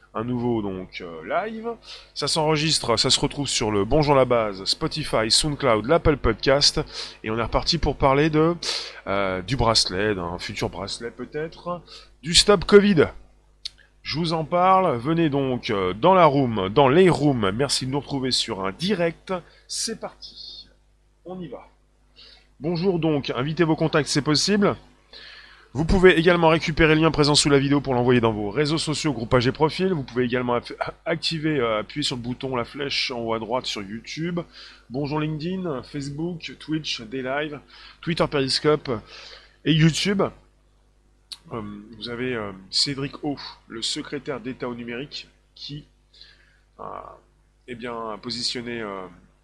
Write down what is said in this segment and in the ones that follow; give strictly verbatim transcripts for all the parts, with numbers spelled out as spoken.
un nouveau donc euh, live. Ça s'enregistre, ça se retrouve sur le Bonjour la base, Spotify, SoundCloud, l'Apple Podcast, et on est reparti pour parler de euh, du bracelet, d'un futur bracelet peut-être, du Stop Covid. Je vous en parle, venez donc euh, dans la room, dans les rooms, merci de nous retrouver sur un direct, c'est parti, on y va. Bonjour donc, invitez vos contacts, c'est possible. Vous pouvez également récupérer le lien présent sous la vidéo pour l'envoyer dans vos réseaux sociaux, groupages et profils. Vous pouvez également activer, euh, appuyer sur le bouton, la flèche en haut à droite sur YouTube. Bonjour LinkedIn, Facebook, Twitch, des lives, Twitter Periscope et YouTube. Euh, vous avez euh, Cédric O, le secrétaire d'État au numérique, qui a eh bien, positionné... Euh,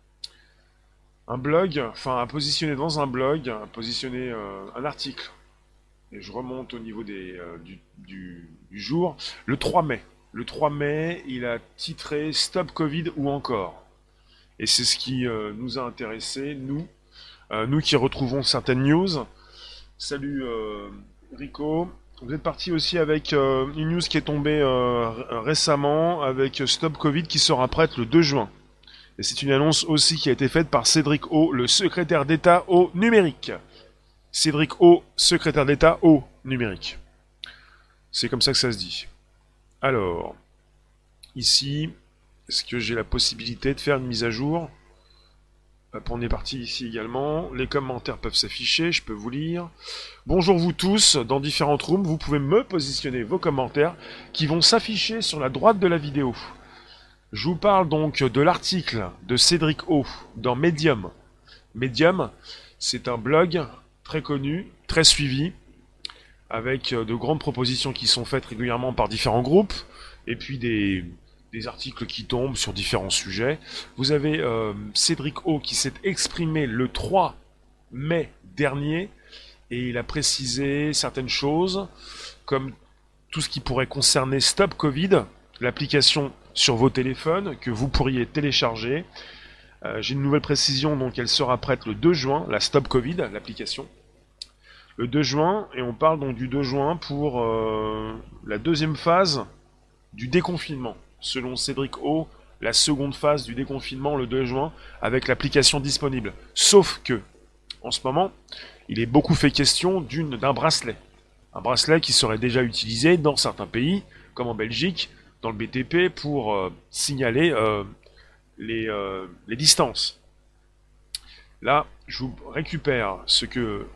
un blog, enfin à positionner dans un blog, à positionner euh, un article. Et je remonte au niveau des, euh, du, du, du jour. Le trois mai. Le trois mai, il a titré Stop Covid ou encore. Et c'est ce qui euh, nous a intéressés, nous, euh, nous qui retrouvons certaines news. Salut euh, Rico. Vous êtes parti aussi avec euh, une news qui est tombée euh, récemment avec Stop Covid qui sera prête le deux juin. Et c'est une annonce aussi qui a été faite par Cédric O, le secrétaire d'État au numérique. Cédric O, secrétaire d'État au numérique. C'est comme ça que ça se dit. Alors, ici, est-ce que j'ai la possibilité de faire une mise à jour ? Hop, on est parti ici également. Les commentaires peuvent s'afficher, je peux vous lire. Bonjour vous tous, dans différentes rooms, vous pouvez me positionner vos commentaires qui vont s'afficher sur la droite de la vidéo. Je vous parle donc de l'article de Cédric O dans Medium. Medium, c'est un blog très connu, très suivi, avec de grandes propositions qui sont faites régulièrement par différents groupes, et puis des, des articles qui tombent sur différents sujets. Vous avez euh, Cédric O qui s'est exprimé le trois mai dernier, et il a précisé certaines choses, comme tout ce qui pourrait concerner Stop Covid, l'application sur vos téléphones que vous pourriez télécharger. Euh, j'ai une nouvelle précision, donc elle sera prête le deux juin, la Stop Covid, l'application. Le deux juin, et on parle donc du deux juin pour euh, la deuxième phase du déconfinement. Selon Cédric O, la seconde phase du déconfinement le deux juin avec l'application disponible. Sauf que, en ce moment, il est beaucoup fait question d'une, d'un bracelet. Un bracelet qui serait déjà utilisé dans certains pays, comme en Belgique, dans le B T P pour euh, signaler euh, les, euh, les distances. Là, je vous récupère ce que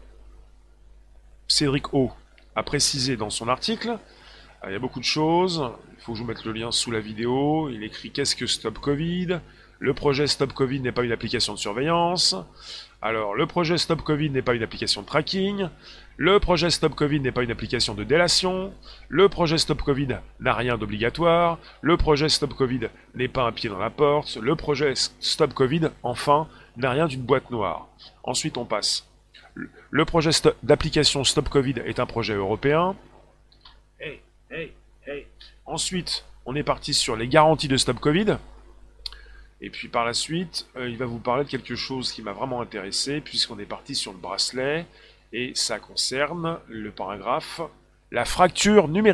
Cédric O a précisé dans son article. Alors, il y a beaucoup de choses. Il faut que je vous mette le lien sous la vidéo. Il écrit qu'est-ce que Stop Covid. Le projet Stop Covid n'est pas une application de surveillance. Alors, le projet Stop Covid n'est pas une application de tracking. Le projet Stop Covid n'est pas une application de délation. Le projet Stop Covid n'a rien d'obligatoire. Le projet Stop Covid n'est pas un pied dans la porte. Le projet Stop Covid, enfin, n'a rien d'une boîte noire. Ensuite, on passe. Le projet stop, d'application Stop Covid est un projet européen. Hey, hey, hey. Ensuite, on est parti sur les garanties de Stop Covid. Et puis par la suite, euh, il va vous parler de quelque chose qui m'a vraiment intéressé, puisqu'on est parti sur le bracelet, et ça concerne le paragraphe « La fracture numérique ».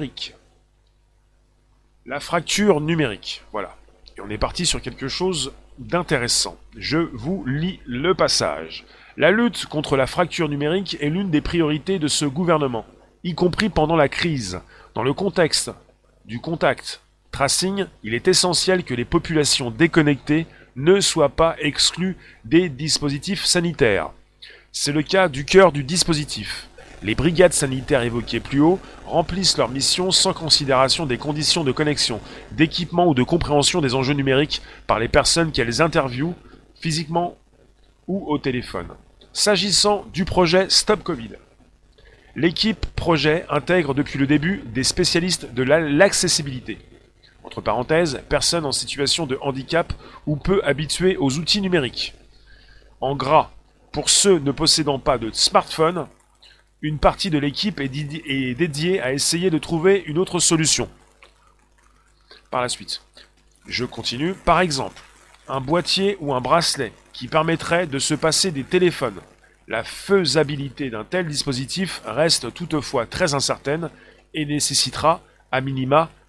La fracture numérique, voilà. Et on est parti sur quelque chose d'intéressant. Je vous lis le passage. La lutte contre la fracture numérique est l'une des priorités de ce gouvernement, y compris pendant la crise. Dans le contexte du contact tracing, il est essentiel que les populations déconnectées ne soient pas exclues des dispositifs sanitaires. C'est le cas du cœur du dispositif. Les brigades sanitaires évoquées plus haut remplissent leur mission sans considération des conditions de connexion, d'équipement ou de compréhension des enjeux numériques par les personnes qu'elles interviewent physiquement ou au téléphone. S'agissant du projet Stop Covid, l'équipe projet intègre depuis le début des spécialistes de la, l'accessibilité. Entre parenthèses, personnes en situation de handicap ou peu habituées aux outils numériques. En gras, pour ceux ne possédant pas de smartphone, une partie de l'équipe est, didi- est dédiée à essayer de trouver une autre solution. Par la suite, je continue. Par exemple, un boîtier ou un bracelet qui permettrait de se passer des téléphones. La faisabilité d'un tel dispositif reste toutefois très incertaine et nécessitera, à minima,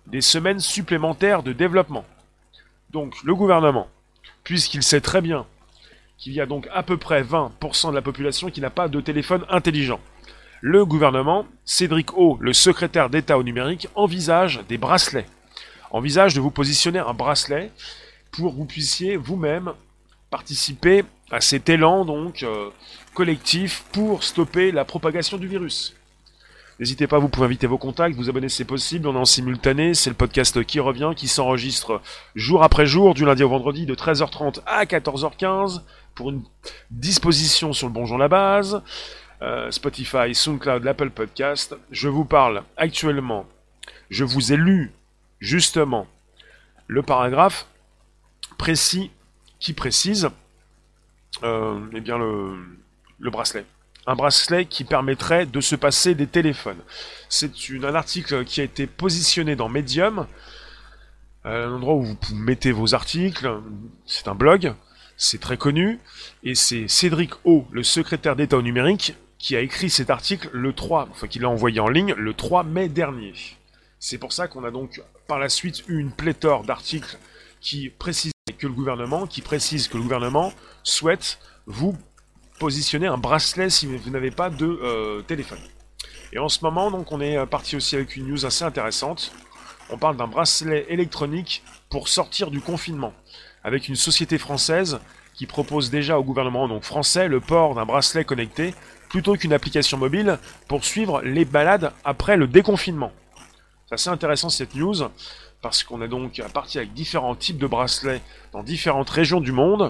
des semaines supplémentaires de développement. Donc le gouvernement, puisqu'il sait très bien qu'il y a donc à peu près vingt pour cent de la population qui n'a pas de téléphone intelligent, le gouvernement, Cédric O, le secrétaire d'État au numérique, envisage des bracelets. Envisage de vous positionner un bracelet pour que vous puissiez vous-même participer à cet élan donc euh, collectif pour stopper la propagation du virus. N'hésitez pas, vous pouvez inviter vos contacts, vous abonner si c'est possible, on est en simultané, c'est le podcast qui revient, qui s'enregistre jour après jour, du lundi au vendredi, de treize heures trente à quatorze heures quinze, pour une disposition sur le Bonjour la base, euh, Spotify, SoundCloud, l'Apple Podcast. Je vous parle actuellement, je vous ai lu justement le paragraphe précis qui précise euh, eh bien le, le bracelet. Un bracelet qui permettrait de se passer des téléphones. C'est une, un article qui a été positionné dans Medium, euh, un endroit où vous mettez vos articles. C'est un blog, c'est très connu, et c'est Cédric O, le secrétaire d'État au numérique, qui a écrit cet article le trois, enfin qui l'a envoyé en ligne le trois mai dernier. C'est pour ça qu'on a donc par la suite eu une pléthore d'articles qui précisent que le gouvernement, qui précise que le gouvernement souhaite vous positionner un bracelet si vous n'avez pas de euh, téléphone. Et en ce moment, donc, on est parti aussi avec une news assez intéressante. On parle d'un bracelet électronique pour sortir du confinement, avec une société française qui propose déjà au gouvernement donc français le port d'un bracelet connecté plutôt qu'une application mobile pour suivre les balades après le déconfinement. C'est assez intéressant cette news, parce qu'on est donc parti avec différents types de bracelets dans différentes régions du monde.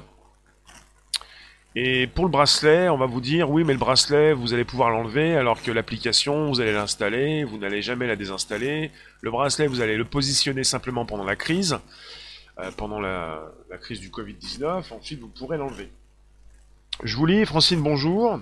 Et pour le bracelet, on va vous dire, oui, mais le bracelet, vous allez pouvoir l'enlever, alors que l'application, vous allez l'installer, vous n'allez jamais la désinstaller. Le bracelet, vous allez le positionner simplement pendant la crise, euh, pendant la, la crise du covid dix-neuf, ensuite vous pourrez l'enlever. Je vous lis, Francine, bonjour.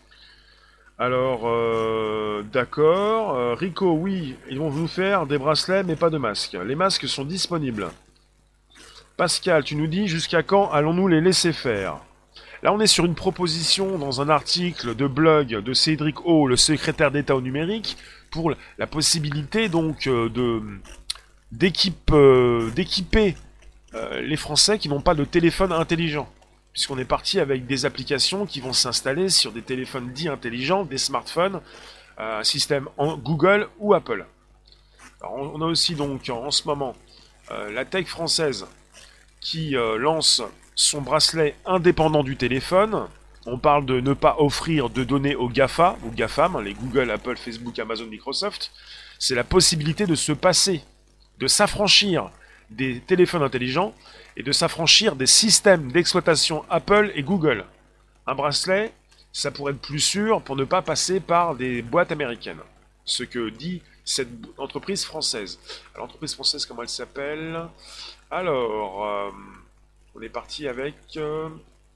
Alors, euh, d'accord. Euh, Rico, oui, ils vont vous faire des bracelets, mais pas de masques. Les masques sont disponibles. Pascal, tu nous dis, jusqu'à quand allons-nous les laisser faire ? Là, on est sur une proposition dans un article de blog de Cédric O, le secrétaire d'État au numérique, pour la possibilité donc euh, de d'équipe, euh, d'équiper euh, les Français qui n'ont pas de téléphone intelligent. Puisqu'on est parti avec des applications qui vont s'installer sur des téléphones dits intelligents, des smartphones, euh, système en Google ou Apple. Alors, on a aussi donc en ce moment euh, la tech française qui euh, lance son bracelet indépendant du téléphone. On parle de ne pas offrir de données aux GAFA, aux GAFAM, les Google, Apple, Facebook, Amazon, Microsoft. C'est la possibilité de se passer, de s'affranchir des téléphones intelligents et de s'affranchir des systèmes d'exploitation Apple et Google. Un bracelet, ça pourrait être plus sûr pour ne pas passer par des boîtes américaines. Ce que dit cette entreprise française. Alors, l'entreprise française, comment elle s'appelle ? Alors, euh, on est parti avec euh,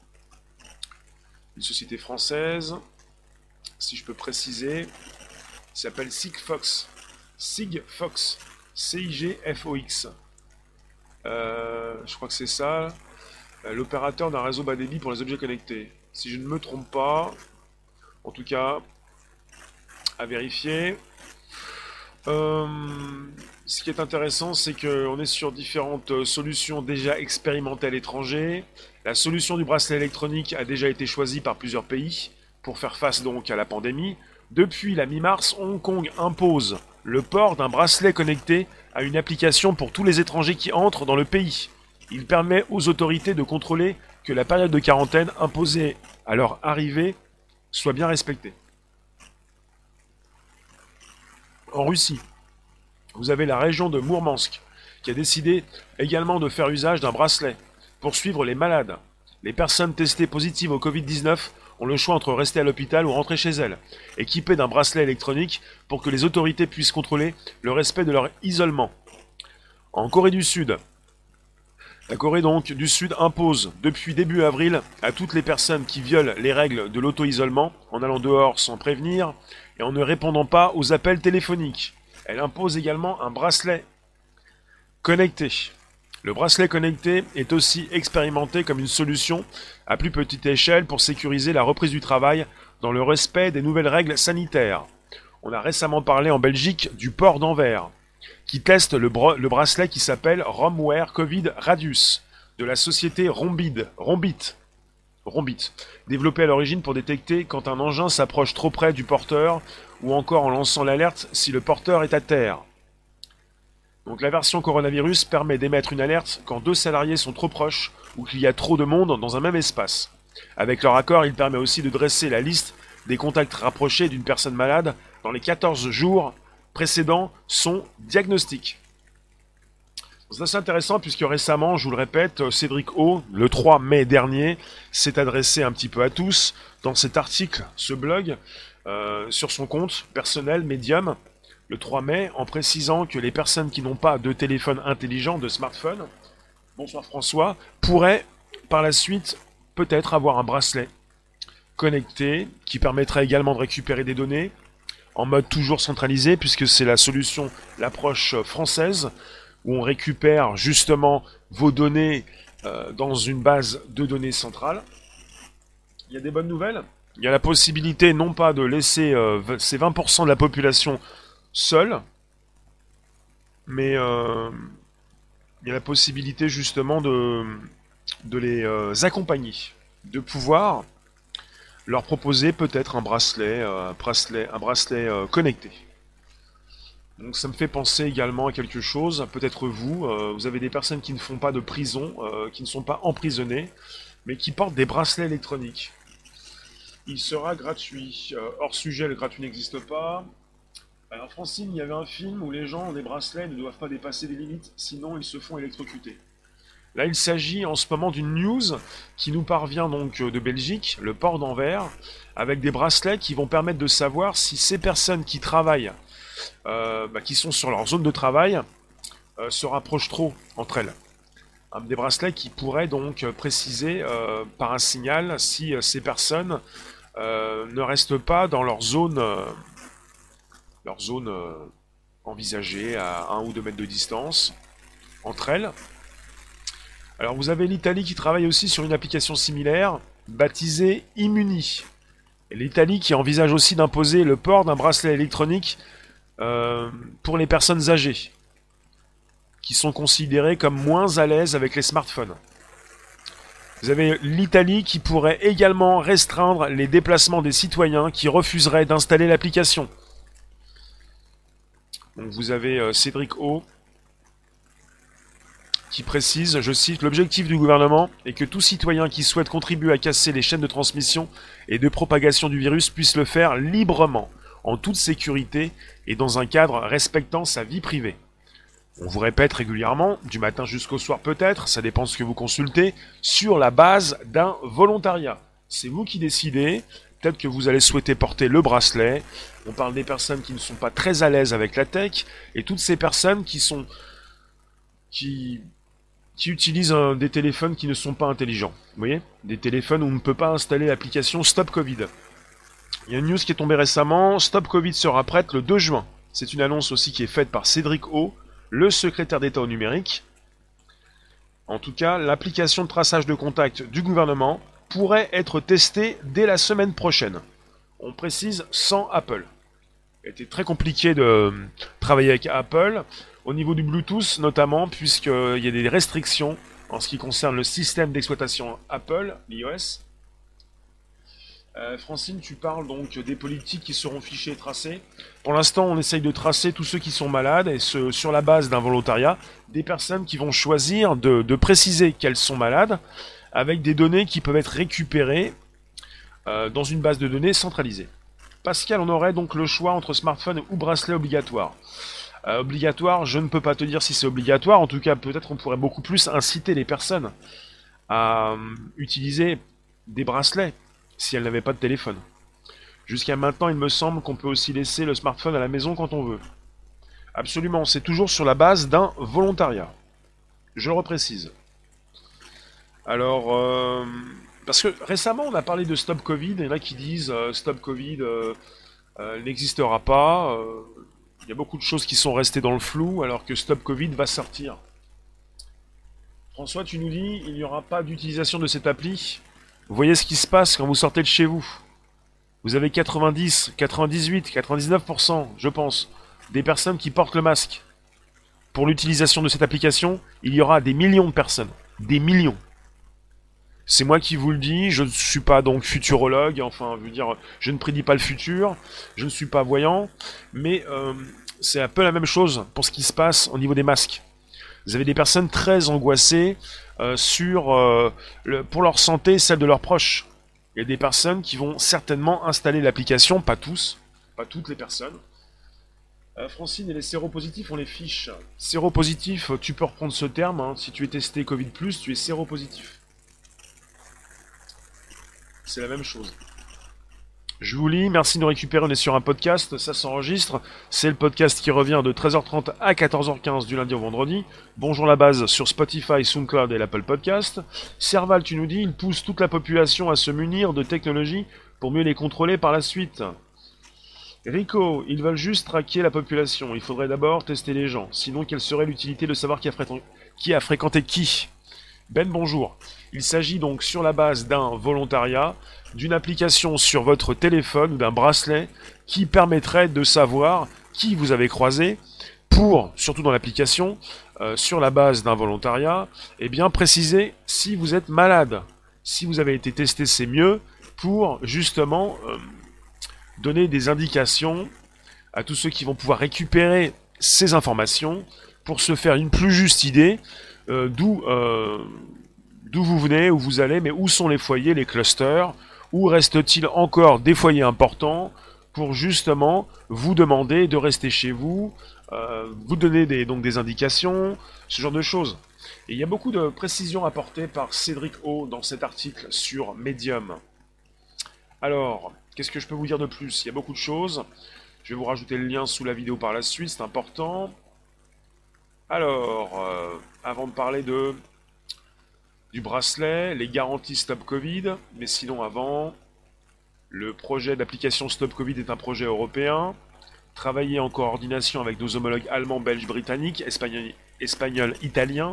une société française, si je peux préciser, qui s'appelle Sigfox. Sigfox. C I G F O X. Euh, je crois que c'est ça, euh, l'opérateur d'un réseau bas débit pour les objets connectés. Si je ne me trompe pas, en tout cas, à vérifier. Euh, ce qui est intéressant, c'est qu'on est sur différentes solutions déjà expérimentées à l'étranger. La solution du bracelet électronique a déjà été choisie par plusieurs pays pour faire face donc à la pandémie. Depuis la mi-mars, Hong Kong impose le port d'un bracelet connecté à une application pour tous les étrangers qui entrent dans le pays. Il permet aux autorités de contrôler que la période de quarantaine imposée à leur arrivée soit bien respectée. En Russie, vous avez la région de Mourmansk qui a décidé également de faire usage d'un bracelet pour suivre les malades. Les personnes testées positives au covid dix-neuf ont le choix entre rester à l'hôpital ou rentrer chez elles, équipées d'un bracelet électronique pour que les autorités puissent contrôler le respect de leur isolement. En Corée du Sud, la Corée donc du Sud impose depuis début avril à toutes les personnes qui violent les règles de l'auto-isolement en allant dehors sans prévenir et en ne répondant pas aux appels téléphoniques. Elle impose également un bracelet connecté. Le bracelet connecté est aussi expérimenté comme une solution à plus petite échelle pour sécuriser la reprise du travail dans le respect des nouvelles règles sanitaires. On a récemment parlé en Belgique du port d'Anvers. qui teste le, bro- le bracelet qui s'appelle RomWear Covid Radius de la société Rombid, Rombit, Rombit, développé à l'origine pour détecter quand un engin s'approche trop près du porteur ou encore en lançant l'alerte si le porteur est à terre. Donc la version coronavirus permet d'émettre une alerte quand deux salariés sont trop proches ou qu'il y a trop de monde dans un même espace. Avec leur accord, il permet aussi de dresser la liste des contacts rapprochés d'une personne malade dans les quatorze jours précédant son diagnostic. C'est assez intéressant puisque récemment, je vous le répète, Cédric O, le trois mai dernier, s'est adressé un petit peu à tous dans cet article, ce blog, euh, sur son compte personnel Medium, le trois mai, en précisant que les personnes qui n'ont pas de téléphone intelligent, de smartphone, bonsoir François, pourraient par la suite peut-être avoir un bracelet connecté qui permettrait également de récupérer des données en mode toujours centralisé puisque c'est la solution, l'approche française où on récupère justement vos données euh, dans une base de données centrale. Il y a des bonnes nouvelles. Il y a la possibilité non pas de laisser euh, ces vingt pour cent de la population seule, mais euh, il y a la possibilité justement de, de les euh, accompagner, de pouvoir leur proposer peut-être un bracelet, euh, un bracelet, un bracelet euh, connecté. Donc ça me fait penser également à quelque chose, peut-être vous, euh, vous avez des personnes qui ne font pas de prison, euh, qui ne sont pas emprisonnées, mais qui portent des bracelets électroniques. Il sera gratuit. Euh, hors sujet, le gratuit n'existe pas. Alors Francine, il y avait un film où les gens ont des bracelets et ne doivent pas dépasser des limites, sinon ils se font électrocuter. Là, il s'agit en ce moment d'une news qui nous parvient donc de Belgique, le port d'Anvers, avec des bracelets qui vont permettre de savoir si ces personnes qui travaillent, euh, bah, qui sont sur leur zone de travail, euh, se rapprochent trop entre elles. Un des bracelets qui pourraient donc préciser euh, par un signal si euh, ces personnes euh, ne restent pas dans leur zone, euh, leur zone euh, envisagée à un ou deux mètres de distance entre elles. Alors vous avez l'Italie qui travaille aussi sur une application similaire, baptisée Immuni. Et l'Italie qui envisage aussi d'imposer le port d'un bracelet électronique euh, pour les personnes âgées, qui sont considérées comme moins à l'aise avec les smartphones. Vous avez l'Italie qui pourrait également restreindre les déplacements des citoyens qui refuseraient d'installer l'application. Donc vous avez euh, Cédric O, qui précise, je cite, l'objectif du gouvernement est que tout citoyen qui souhaite contribuer à casser les chaînes de transmission et de propagation du virus puisse le faire librement, en toute sécurité et dans un cadre respectant sa vie privée. On vous répète régulièrement, du matin jusqu'au soir peut-être, ça dépend de ce que vous consultez, sur la base d'un volontariat. C'est vous qui décidez, peut-être que vous allez souhaiter porter le bracelet, on parle des personnes qui ne sont pas très à l'aise avec la tech, et toutes ces personnes qui sont... qui... qui utilisent un, des téléphones qui ne sont pas intelligents. Vous voyez ? Des téléphones où on ne peut pas installer l'application Stop Covid. Il y a une news qui est tombée récemment, Stop Covid sera prête le deux juin. C'est une annonce aussi qui est faite par Cédric O, le secrétaire d'État au numérique. En tout cas, l'application de traçage de contact du gouvernement pourrait être testée dès la semaine prochaine. On précise sans Apple. Il était très compliqué de travailler avec Apple, au niveau du Bluetooth notamment, puisqu'il y a des restrictions en ce qui concerne le système d'exploitation Apple, l'iOS. Euh, Francine, tu parles donc des politiques qui seront fichées et tracées. Pour l'instant, on essaye de tracer tous ceux qui sont malades, et ce, sur la base d'un volontariat, des personnes qui vont choisir de, de préciser qu'elles sont malades, avec des données qui peuvent être récupérées euh, dans une base de données centralisée. Pascal, on aurait donc le choix entre smartphone ou bracelet obligatoire. Euh, obligatoire, je ne peux pas te dire si c'est obligatoire, en tout cas peut-être on pourrait beaucoup plus inciter les personnes à euh, utiliser des bracelets si elles n'avaient pas de téléphone. Jusqu'à maintenant, il me semble qu'on peut aussi laisser le smartphone à la maison quand on veut. Absolument, c'est toujours sur la base d'un volontariat. Je le reprécise. Alors, euh, parce que récemment on a parlé de Stop Covid, il y en a qui disent euh, Stop Covid euh, euh, n'existera pas, euh, il y a beaucoup de choses qui sont restées dans le flou alors que Stop Covid va sortir. François, tu nous dis il n'y aura pas d'utilisation de cette appli. Vous voyez ce qui se passe quand vous sortez de chez vous. Vous avez quatre-vingt-dix, quatre-vingt-dix-huit, quatre-vingt-dix-neuf pour cent, je pense, des personnes qui portent le masque. pour l'utilisation de cette application, il y aura des millions de personnes. Des millions. C'est moi qui vous le dis, je ne suis pas donc futurologue, enfin, je veux dire, je ne prédis pas le futur, je ne suis pas voyant, mais euh, c'est un peu la même chose pour ce qui se passe au niveau des masques. Vous avez des personnes très angoissées euh, sur, euh, le, pour leur santé, celle de leurs proches. Il y a des personnes qui vont certainement installer l'application, pas tous, pas toutes les personnes. Euh, Francine et les séropositifs, on les fiche. Séropositif, tu peux reprendre ce terme, hein, si tu es testé Covid plus, tu es séropositif. C'est la même chose. Je vous lis, merci de nous récupérer, on est sur un podcast, ça s'enregistre. C'est le podcast qui revient de treize heures trente à quatorze heures quinze du lundi au vendredi. Bonjour la base sur Spotify, SoundCloud et l'Apple Podcast. Serval, tu nous dis, il pousse toute la population à se munir de technologies pour mieux les contrôler par la suite. Rico, ils veulent juste traquer la population, il faudrait d'abord tester les gens, sinon quelle serait l'utilité de savoir qui a, fréquenté, qui a fréquenté qui? Ben bonjour. Il s'agit donc sur la base d'un volontariat, d'une application sur votre téléphone ou d'un bracelet qui permettrait de savoir qui vous avez croisé pour, surtout dans l'application, euh, sur la base d'un volontariat, eh bien préciser si vous êtes malade. Si vous avez été testé, c'est mieux pour justement euh, donner des indications à tous ceux qui vont pouvoir récupérer ces informations pour se faire une plus juste idée euh, d'où... Euh, D'où vous venez, où vous allez, mais où sont les foyers, les clusters? Où reste-t-il encore des foyers importants pour justement vous demander de rester chez vous, euh, vous donner des, donc des indications, ce genre de choses. Et il y a beaucoup de précisions apportées par Cédric O dans cet article sur Medium. Alors, qu'est-ce que je peux vous dire de plus? Il y a beaucoup de choses. Je vais vous rajouter le lien sous la vidéo par la suite, c'est important. Alors, euh, avant de parler de... du bracelet, les garanties Stop Covid, mais sinon avant, le projet d'application Stop Covid est un projet européen, travaillé en coordination avec nos homologues allemands, belges, britanniques, espagnols, espagnols italiens.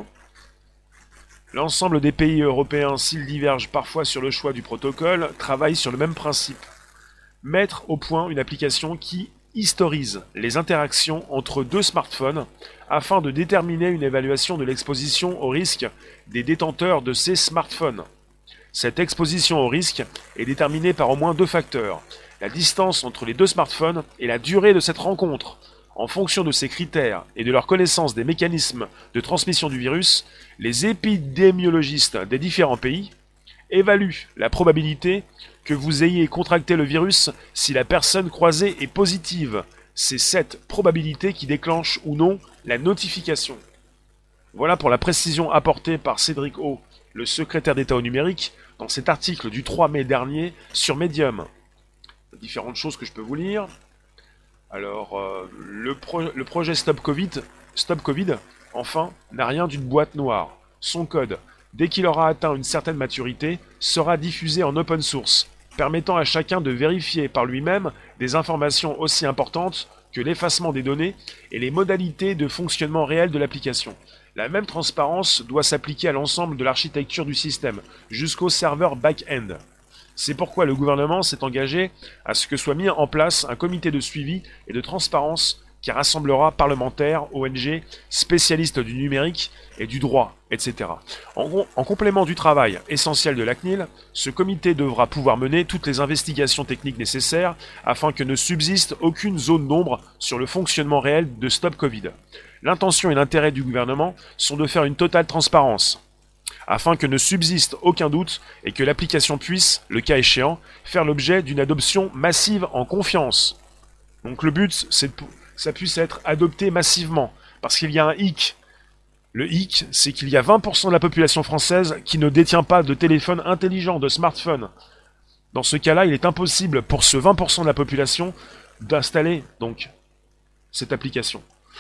L'ensemble des pays européens, s'ils divergent parfois sur le choix du protocole, travaillent sur le même principe. Mettre au point une application qui historise les interactions entre deux smartphones afin de déterminer une évaluation de l'exposition au risque des détenteurs de ces smartphones. Cette exposition au risque est déterminée par au moins deux facteurs, la distance entre les deux smartphones et la durée de cette rencontre. En fonction de ces critères et de leur connaissance des mécanismes de transmission du virus, les épidémiologistes des différents pays évaluent la probabilité que vous ayez contracté le virus si la personne croisée est positive. C'est cette probabilité qui déclenche ou non la notification. Voilà pour la précision apportée par Cédric O, le secrétaire d'État au numérique, dans cet article du trois mai dernier sur Medium. Différentes choses que je peux vous lire. Alors, euh, le, pro le projet Stop Covid, Stop Covid, enfin, n'a rien d'une boîte noire. Son code, dès qu'il aura atteint une certaine maturité, sera diffusé en open source, permettant à chacun de vérifier par lui-même des informations aussi importantes que l'effacement des données et les modalités de fonctionnement réel de l'application. La même transparence doit s'appliquer à l'ensemble de l'architecture du système, jusqu'au serveur back-end. C'est pourquoi le gouvernement s'est engagé à ce que soit mis en place un comité de suivi et de transparence qui rassemblera parlementaires, O N G, spécialistes du numérique et du droit, et cetera. En, en complément du travail essentiel de l'A C N I L, ce comité devra pouvoir mener toutes les investigations techniques nécessaires afin que ne subsiste aucune zone d'ombre sur le fonctionnement réel de Stop Covid. L'intention et l'intérêt du gouvernement sont de faire une totale transparence, afin que ne subsiste aucun doute et que l'application puisse, le cas échéant, faire l'objet d'une adoption massive en confiance. Donc le but, c'est que ça puisse être adopté massivement, parce qu'il y a un hic. Le hic, c'est qu'il y a vingt pour cent de la population française qui ne détient pas de téléphone intelligent, de smartphone. Dans ce cas-là, il est impossible pour ce vingt pour cent de la population d'installer donc cette application,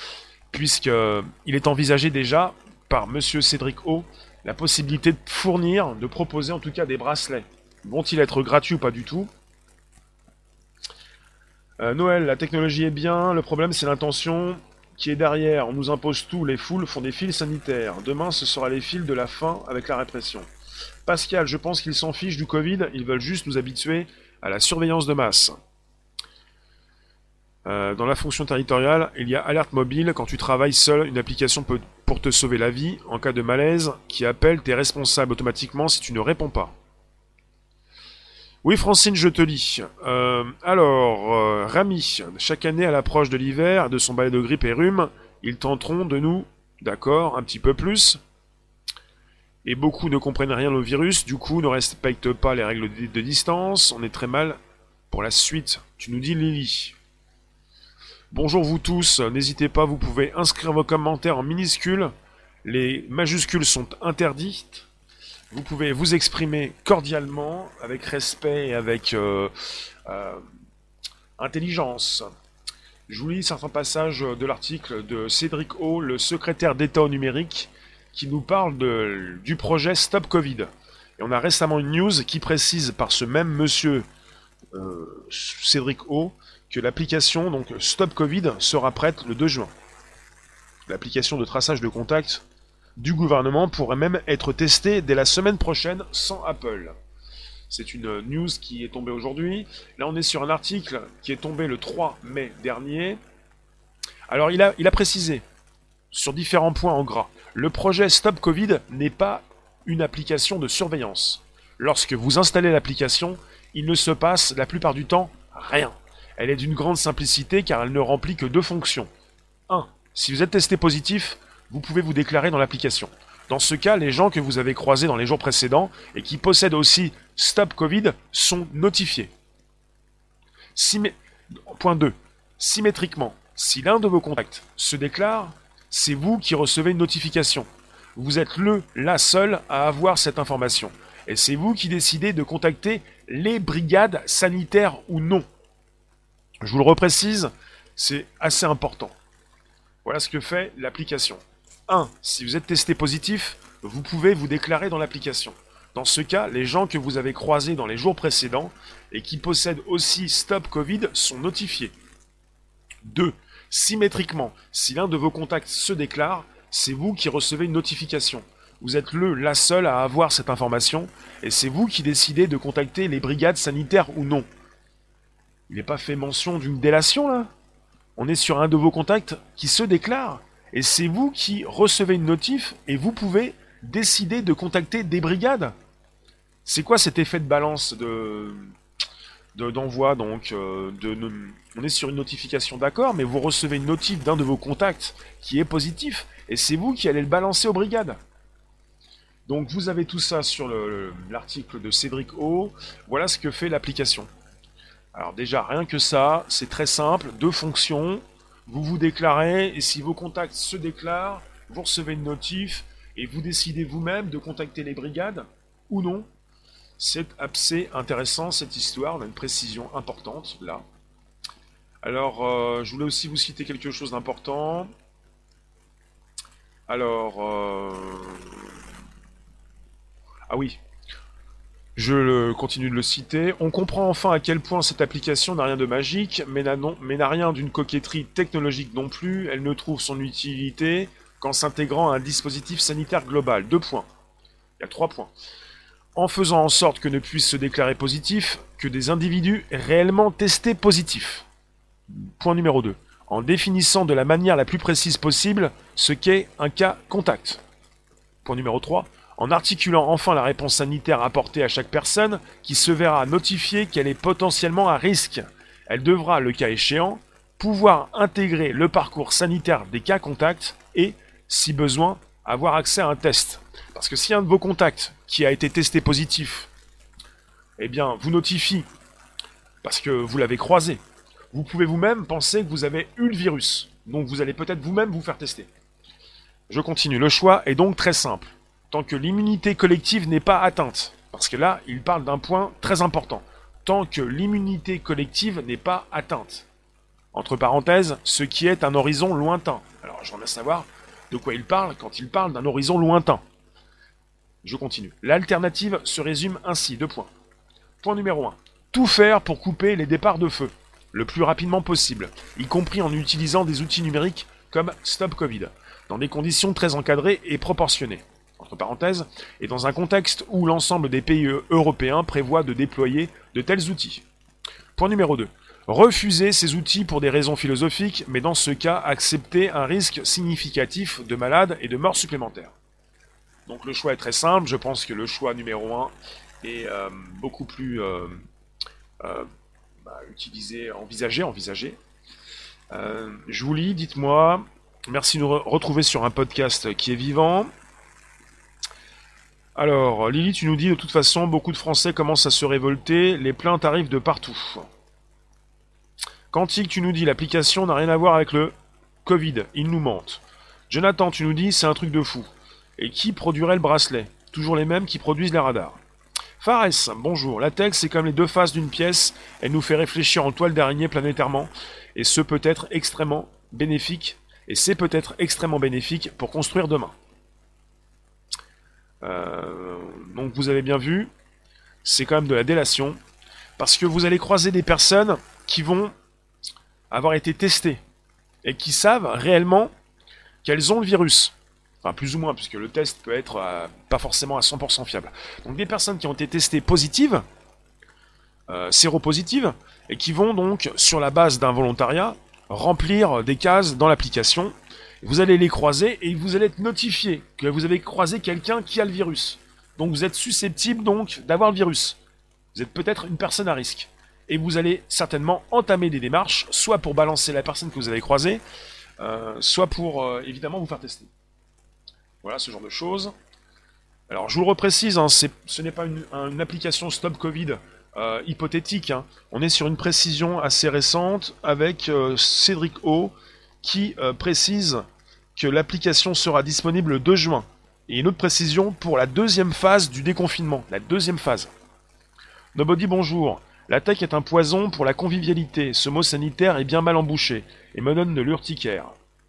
puisqu'il est envisagé déjà par Monsieur Cédric O la possibilité de fournir, de proposer en tout cas des bracelets. Vont-ils être gratuits ou pas du tout? euh, Noël, la technologie est bien, le problème c'est l'intention qui est derrière. On nous impose tout, les foules font des fils sanitaires. Demain ce sera les fils de la faim avec la répression. Pascal, je pense qu'ils s'en fichent du Covid, ils veulent juste nous habituer à la surveillance de masse. Euh, dans la fonction territoriale, il y a alerte mobile quand tu travailles seul, une application peut, pour te sauver la vie en cas de malaise qui appelle tes responsables automatiquement si tu ne réponds pas. Oui Francine, je te lis. Euh, alors, euh, Rami, chaque année à l'approche de l'hiver, de son balai de grippe et rhume, ils tenteront de nous, d'accord, un petit peu plus. Et beaucoup ne comprennent rien au virus, du coup ne respectent pas les règles de, de distance, on est très mal pour la suite. Tu nous dis Lily. Bonjour vous tous, n'hésitez pas, vous pouvez inscrire vos commentaires en minuscules, les majuscules sont interdites. Vous pouvez vous exprimer cordialement, avec respect et avec euh, euh, intelligence. Je vous lis certains passages de l'article de Cédric O, le secrétaire d'État au numérique, qui nous parle de, du projet Stop Covid. Et on a récemment une news qui précise par ce même monsieur euh, Cédric O que l'application donc Stop Covid sera prête le deux juin. L'application de traçage de contacts du gouvernement pourrait même être testée dès la semaine prochaine sans Apple. C'est une news qui est tombée aujourd'hui. Là, on est sur un article qui est tombé le trois mai dernier. Alors, il a, il a précisé, sur différents points en gras, le projet Stop Covid n'est pas une application de surveillance. Lorsque vous installez l'application, il ne se passe la plupart du temps rien. Elle est d'une grande simplicité car elle ne remplit que deux fonctions. un. Si vous êtes testé positif, vous pouvez vous déclarer dans l'application. Dans ce cas, les gens que vous avez croisés dans les jours précédents et qui possèdent aussi Stop Covid sont notifiés. Simé... Point deux. Symétriquement, si l'un de vos contacts se déclare, c'est vous qui recevez une notification. Vous êtes le, la seule à avoir cette information. Et c'est vous qui décidez de contacter les brigades sanitaires ou non. Je vous le reprécise, c'est assez important. Voilà ce que fait l'application. un. Si vous êtes testé positif, vous pouvez vous déclarer dans l'application. Dans ce cas, les gens que vous avez croisés dans les jours précédents et qui possèdent aussi Stop Covid sont notifiés. deux. Symétriquement, si l'un de vos contacts se déclare, c'est vous qui recevez une notification. Vous êtes le, la seule à avoir cette information et c'est vous qui décidez de contacter les brigades sanitaires ou non. Il n'est pas fait mention d'une délation là ? On est sur un de vos contacts qui se déclare et c'est vous qui recevez une notif et vous pouvez décider de contacter des brigades. C'est quoi cet effet de balance de, de d'envoi donc euh, de, de, on est sur une notification d'accord, mais vous recevez une notif d'un de vos contacts qui est positif et c'est vous qui allez le balancer aux brigades. Donc vous avez tout ça sur le, l'article de Cédric O. Voilà ce que fait l'application. Alors déjà, rien que ça, c'est très simple, deux fonctions, vous vous déclarez, et si vos contacts se déclarent, vous recevez une notif, et vous décidez vous-même de contacter les brigades, ou non. C'est assez intéressant cette histoire, on a une précision importante là. Alors, euh, je voulais aussi vous citer quelque chose d'important. Alors, euh... ah oui. Je continue de le citer. On comprend enfin à quel point cette application n'a rien de magique, mais n'a, non, mais n'a rien d'une coquetterie technologique non plus. Elle ne trouve son utilité qu'en s'intégrant à un dispositif sanitaire global. Deux points. Il y a trois points. En faisant en sorte que ne puissent se déclarer positifs que des individus réellement testés positifs. Point numéro deux. En définissant de la manière la plus précise possible ce qu'est un cas contact. Point numéro trois. En articulant enfin la réponse sanitaire apportée à chaque personne qui se verra notifier qu'elle est potentiellement à risque. Elle devra, le cas échéant, pouvoir intégrer le parcours sanitaire des cas contacts et, si besoin, avoir accès à un test. Parce que si un de vos contacts qui a été testé positif, eh bien, vous notifie parce que vous l'avez croisé, vous pouvez vous-même penser que vous avez eu le virus. Donc vous allez peut-être vous-même vous faire tester. Je continue. Le choix est donc très simple. Tant que l'immunité collective n'est pas atteinte. Parce que là, il parle d'un point très important. Tant que l'immunité collective n'est pas atteinte. Entre parenthèses, ce qui est un horizon lointain. Alors, j'aimerais bien savoir de quoi il parle quand il parle d'un horizon lointain. Je continue. L'alternative se résume ainsi. Deux points. Point numéro un. Tout faire pour couper les départs de feu. Le plus rapidement possible. Y compris en utilisant des outils numériques comme Stop Covid. Dans des conditions très encadrées et proportionnées. Entre parenthèses, et dans un contexte où l'ensemble des pays européens prévoient de déployer de tels outils. Point numéro deux. Refuser ces outils pour des raisons philosophiques, mais dans ce cas, accepter un risque significatif de malades et de morts supplémentaires. Donc le choix est très simple, je pense que le choix numéro un est euh, beaucoup plus euh, euh, bah, utilisé, envisagé, envisagé. Euh, je vous lis, dites-moi, merci de nous re- retrouver sur un podcast qui est vivant. Alors, Lily, tu nous dis, de toute façon, beaucoup de Français commencent à se révolter, les plaintes arrivent de partout. Quantique, tu nous dis, l'application n'a rien à voir avec le Covid, ils nous mentent. Jonathan, tu nous dis, c'est un truc de fou. Et qui produirait le bracelet? Toujours les mêmes qui produisent les radars. Fares, bonjour, la tech c'est comme les deux faces d'une pièce, elle nous fait réfléchir en toile d'araignée planétairement, et ce peut être extrêmement bénéfique, et c'est peut-être extrêmement bénéfique pour construire demain. Euh, donc vous avez bien vu, c'est quand même de la délation, parce que vous allez croiser des personnes qui vont avoir été testées et qui savent réellement qu'elles ont le virus. Enfin, plus ou moins, puisque le test peut être euh, pas forcément à cent pour cent fiable. Donc des personnes qui ont été testées positives, euh, séropositives, et qui vont donc, sur la base d'un volontariat, remplir des cases dans l'application. Vous allez les croiser et vous allez être notifié que vous avez croisé quelqu'un qui a le virus. Donc vous êtes susceptible donc d'avoir le virus. Vous êtes peut-être une personne à risque. Et vous allez certainement entamer des démarches, soit pour balancer la personne que vous avez croisée, euh, soit pour euh, évidemment vous faire tester. Voilà ce genre de choses. Alors je vous le reprécise, hein, c'est, ce n'est pas une, une application Stop Covid euh, hypothétique. Hein. On est sur une précision assez récente avec euh, Cédric O qui euh, précise que l'application sera disponible le deux juin. Et une autre précision pour la deuxième phase du déconfinement. La deuxième phase. Nobody bonjour. La tech est un poison pour la convivialité. Ce mot sanitaire est bien mal embouché et me donne de l'urticaire.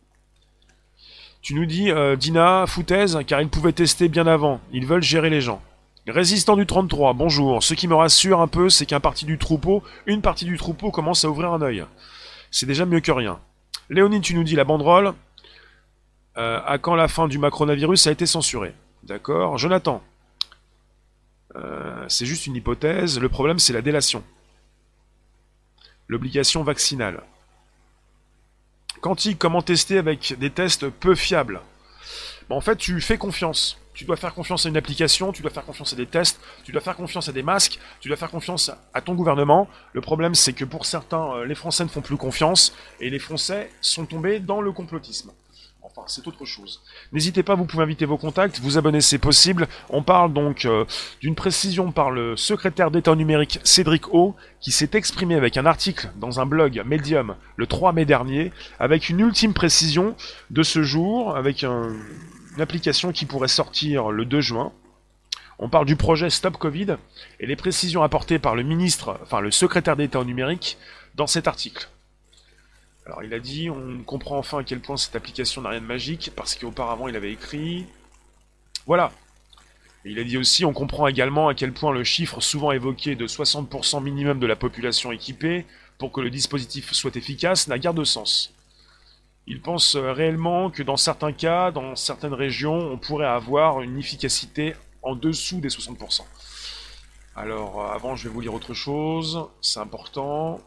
Tu nous dis, euh, Dina, foutaise, car ils pouvaient tester bien avant. Ils veulent gérer les gens. Résistant du trente-trois, bonjour. Ce qui me rassure un peu, c'est qu'un parti du troupeau, une partie du troupeau commence à ouvrir un œil. C'est déjà mieux que rien. Léonie, tu nous dis, la banderole, euh, à quand la fin du macronavirus a été censurée. D'accord. Jonathan, euh, c'est juste une hypothèse. Le problème, c'est la délation. L'obligation vaccinale. Quantique, comment tester avec des tests peu fiables? Bon, en fait, tu fais confiance. Tu dois faire confiance à une application, tu dois faire confiance à des tests, tu dois faire confiance à des masques, tu dois faire confiance à ton gouvernement. Le problème, c'est que pour certains, les Français ne font plus confiance, et les Français sont tombés dans le complotisme. Enfin, c'est autre chose. N'hésitez pas, vous pouvez inviter vos contacts, vous abonner, c'est possible. On parle donc euh, d'une précision par le secrétaire d'État numérique Cédric O, qui s'est exprimé avec un article dans un blog Medium le trois mai dernier, avec une ultime précision de ce jour, avec un, une application qui pourrait sortir le deux juin. On parle du projet Stop Covid et les précisions apportées par le ministre, enfin le secrétaire d'État au numérique, dans cet article. Alors il a dit, on comprend enfin à quel point cette application n'a rien de magique, parce qu'auparavant il avait écrit... Voilà. Et il a dit aussi, on comprend également à quel point le chiffre souvent évoqué de soixante pour cent minimum de la population équipée, pour que le dispositif soit efficace, n'a guère de sens. Il pense réellement que dans certains cas, dans certaines régions, on pourrait avoir une efficacité en dessous des soixante pour cent. Alors avant je vais vous lire autre chose, c'est important...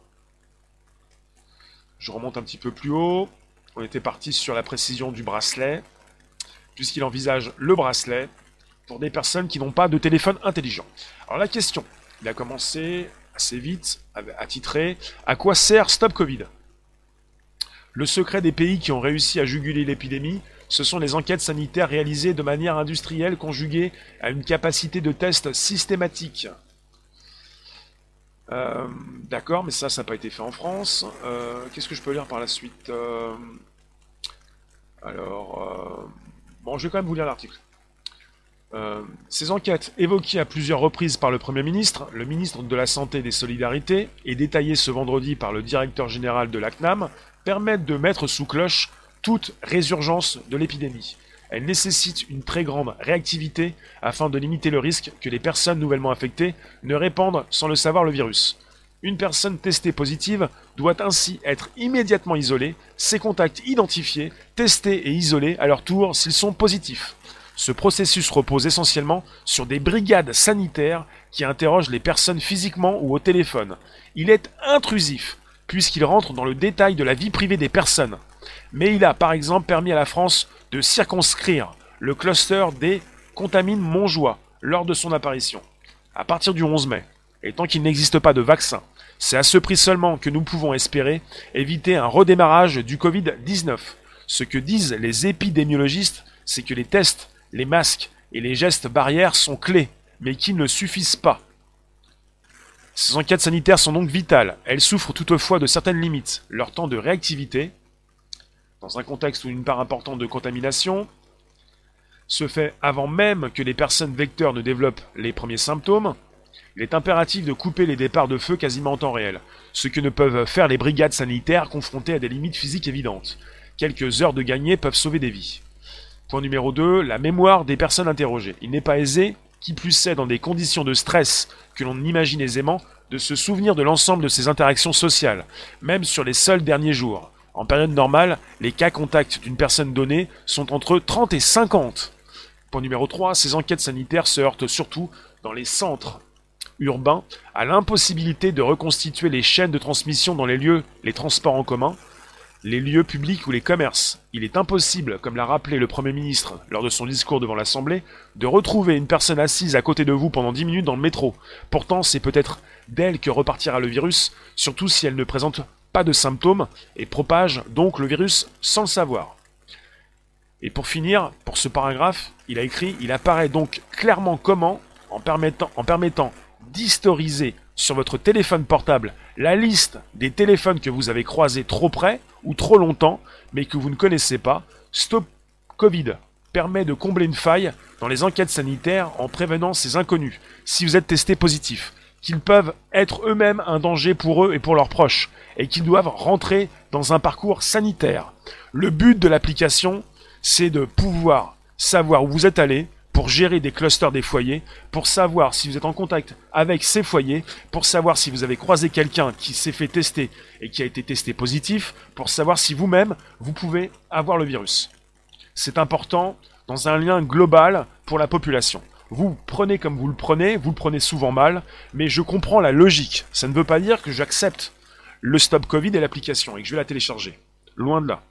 Je remonte un petit peu plus haut. On était parti sur la précision du bracelet, puisqu'il envisage le bracelet pour des personnes qui n'ont pas de téléphone intelligent. Alors la question, il a commencé assez vite à titrer « À quoi sert Stop Covid ?» Le secret des pays qui ont réussi à juguler l'épidémie, ce sont les enquêtes sanitaires réalisées de manière industrielle conjuguées à une capacité de test systématique. Euh, D'accord, mais ça, ça n'a pas été fait en France. Euh, Qu'est-ce que je peux lire par la suite euh, Alors, euh, bon, je vais quand même vous lire l'article. Euh, ces enquêtes, évoquées à plusieurs reprises par le Premier ministre, le ministre de la Santé et des Solidarités, et détaillées ce vendredi par le directeur général de l'A C N A M, permettent de mettre sous cloche toute résurgence de l'épidémie. Elles nécessitent une très grande réactivité afin de limiter le risque que les personnes nouvellement infectées ne répandent sans le savoir le virus. Une personne testée positive doit ainsi être immédiatement isolée, ses contacts identifiés, testés et isolés à leur tour s'ils sont positifs. Ce processus repose essentiellement sur des brigades sanitaires qui interrogent les personnes physiquement ou au téléphone. Il est intrusif, puisqu'il rentre dans le détail de la vie privée des personnes. Mais il a par exemple permis à la France de circonscrire le cluster des contamines Montjoie lors de son apparition, à partir du onze mai. Et tant qu'il n'existe pas de vaccin, c'est à ce prix seulement que nous pouvons espérer éviter un redémarrage du covid dix-neuf. Ce que disent les épidémiologistes, c'est que les tests, les masques et les gestes barrières sont clés, mais qui ne suffisent pas. Ces enquêtes sanitaires sont donc vitales. Elles souffrent toutefois de certaines limites. Leur temps de réactivité, dans un contexte où une part importante de contamination se fait avant même que les personnes vecteurs ne développent les premiers symptômes, il est impératif de couper les départs de feu quasiment en temps réel, ce que ne peuvent faire les brigades sanitaires confrontées à des limites physiques évidentes. Quelques heures de gagnées peuvent sauver des vies. Point numéro deux, la mémoire des personnes interrogées. Il n'est pas aisé, qui plus est dans des conditions de stress que l'on imagine aisément, de se souvenir de l'ensemble de ces interactions sociales, même sur les seuls derniers jours. En période normale, les cas contacts d'une personne donnée sont entre trente et cinquante. Point numéro trois, ces enquêtes sanitaires se heurtent surtout dans les centres urbains à l'impossibilité de reconstituer les chaînes de transmission dans les lieux, les transports en commun, les lieux publics ou les commerces. Il est impossible, comme l'a rappelé le Premier ministre lors de son discours devant l'Assemblée, de retrouver une personne assise à côté de vous pendant dix minutes dans le métro. Pourtant, c'est peut-être d'elle que repartira le virus, surtout si elle ne présente pas de symptômes et propage donc le virus sans le savoir. Et pour finir, pour ce paragraphe, il a écrit « Il apparaît donc clairement comment, en permettant, en permettant d'historiser sur votre téléphone portable la liste des téléphones que vous avez croisés trop près ou trop longtemps, mais que vous ne connaissez pas, Stop Covid permet de combler une faille dans les enquêtes sanitaires en prévenant ces inconnus, si vous êtes testé positif, qu'ils peuvent être eux-mêmes un danger pour eux et pour leurs proches, et qu'ils doivent rentrer dans un parcours sanitaire. Le but de l'application, c'est de pouvoir savoir où vous êtes allé, pour gérer des clusters des foyers, pour savoir si vous êtes en contact avec ces foyers, pour savoir si vous avez croisé quelqu'un qui s'est fait tester et qui a été testé positif, pour savoir si vous-même, vous pouvez avoir le virus. C'est important dans un lien global pour la population. Vous prenez comme vous le prenez, vous le prenez souvent mal, mais je comprends la logique. Ça ne veut pas dire que j'accepte le Stop Covid et l'application et que je vais la télécharger. Loin de là.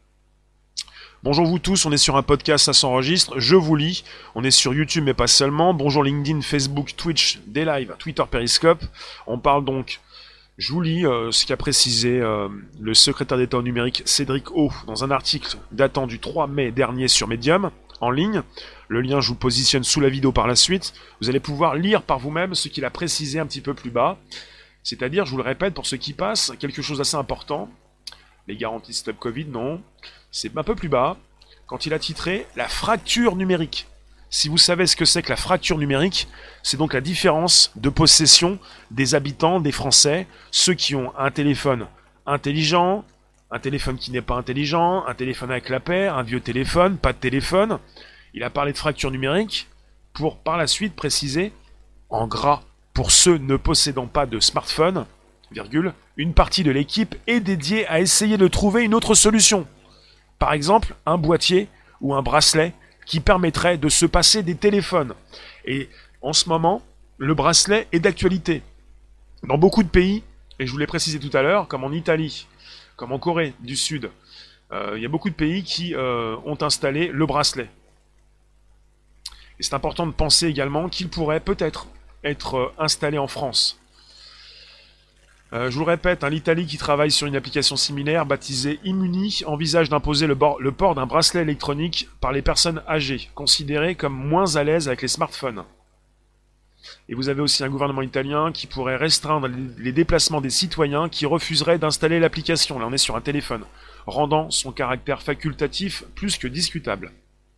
Bonjour vous tous, on est sur un podcast, ça s'enregistre, je vous lis, on est sur YouTube mais pas seulement, bonjour LinkedIn, Facebook, Twitch, des lives, Twitter, Periscope, on parle donc, je vous lis euh, ce qu'a précisé euh, le secrétaire d'État au numérique Cédric O dans un article datant du trois mai dernier sur Medium, en ligne, le lien je vous positionne sous la vidéo par la suite, vous allez pouvoir lire par vous-même ce qu'il a précisé un petit peu plus bas, c'est-à-dire, je vous le répète pour ceux qui passent, quelque chose d'assez important, les garanties Stop Covid, non. C'est un peu plus bas, quand il a titré « La fracture numérique ». Si vous savez ce que c'est que la fracture numérique, c'est donc la différence de possession des habitants, des Français, ceux qui ont un téléphone intelligent, un téléphone qui n'est pas intelligent, un téléphone avec la paire, un vieux téléphone, pas de téléphone. Il a parlé de fracture numérique pour par la suite préciser, en gras, pour ceux ne possédant pas de smartphone, virgule, une partie de l'équipe est dédiée à essayer de trouver une autre solution. Par exemple, un boîtier ou un bracelet qui permettrait de se passer des téléphones. Et en ce moment, le bracelet est d'actualité. Dans beaucoup de pays, et je vous l'ai précisé tout à l'heure, comme en Italie, comme en Corée du Sud, euh, il y a beaucoup de pays qui euh, ont installé le bracelet. Et c'est important de penser également qu'il pourrait peut-être être euh, installé en France. Euh, je vous le répète, hein, l'Italie qui travaille sur une application similaire baptisée Immuni envisage d'imposer le, le port d'un bracelet électronique par les personnes âgées, considérées comme moins à l'aise avec les smartphones. Et vous avez aussi un gouvernement italien qui pourrait restreindre les déplacements des citoyens qui refuseraient d'installer l'application, là on est sur un téléphone, rendant son caractère facultatif plus que discutable.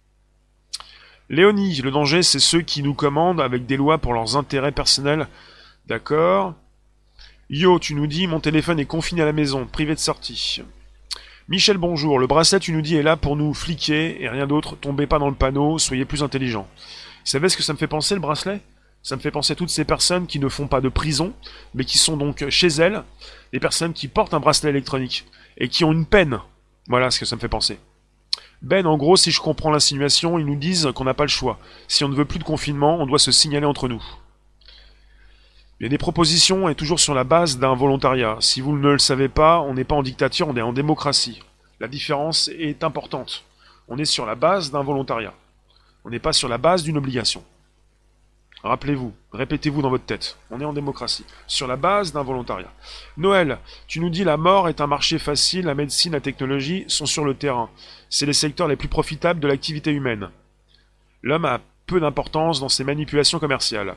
Léonie, le danger c'est ceux qui nous commandent avec des lois pour leurs intérêts personnels. D'accord. Yo, tu nous dis, mon téléphone est confiné à la maison, privé de sortie. Michel, bonjour, le bracelet, tu nous dis, est là pour nous fliquer et rien d'autre, tombez pas dans le panneau, soyez plus intelligents. Vous savez ce que ça me fait penser, le bracelet? Ça me fait penser à toutes ces personnes qui ne font pas de prison, mais qui sont donc chez elles, des personnes qui portent un bracelet électronique, et qui ont une peine. Voilà ce que ça me fait penser. Ben, en gros, si je comprends l'insinuation, ils nous disent qu'on n'a pas le choix. Si on ne veut plus de confinement, on doit se signaler entre nous. Il y a des propositions et toujours sur la base d'un volontariat. Si vous ne le savez pas, on n'est pas en dictature, on est en démocratie. La différence est importante. On est sur la base d'un volontariat. On n'est pas sur la base d'une obligation. Rappelez-vous, répétez-vous dans votre tête, on est en démocratie, sur la base d'un volontariat. Noël, tu nous dis la mort est un marché facile, la médecine, la technologie sont sur le terrain. C'est les secteurs les plus profitables de l'activité humaine. L'homme a peu d'importance dans ses manipulations commerciales.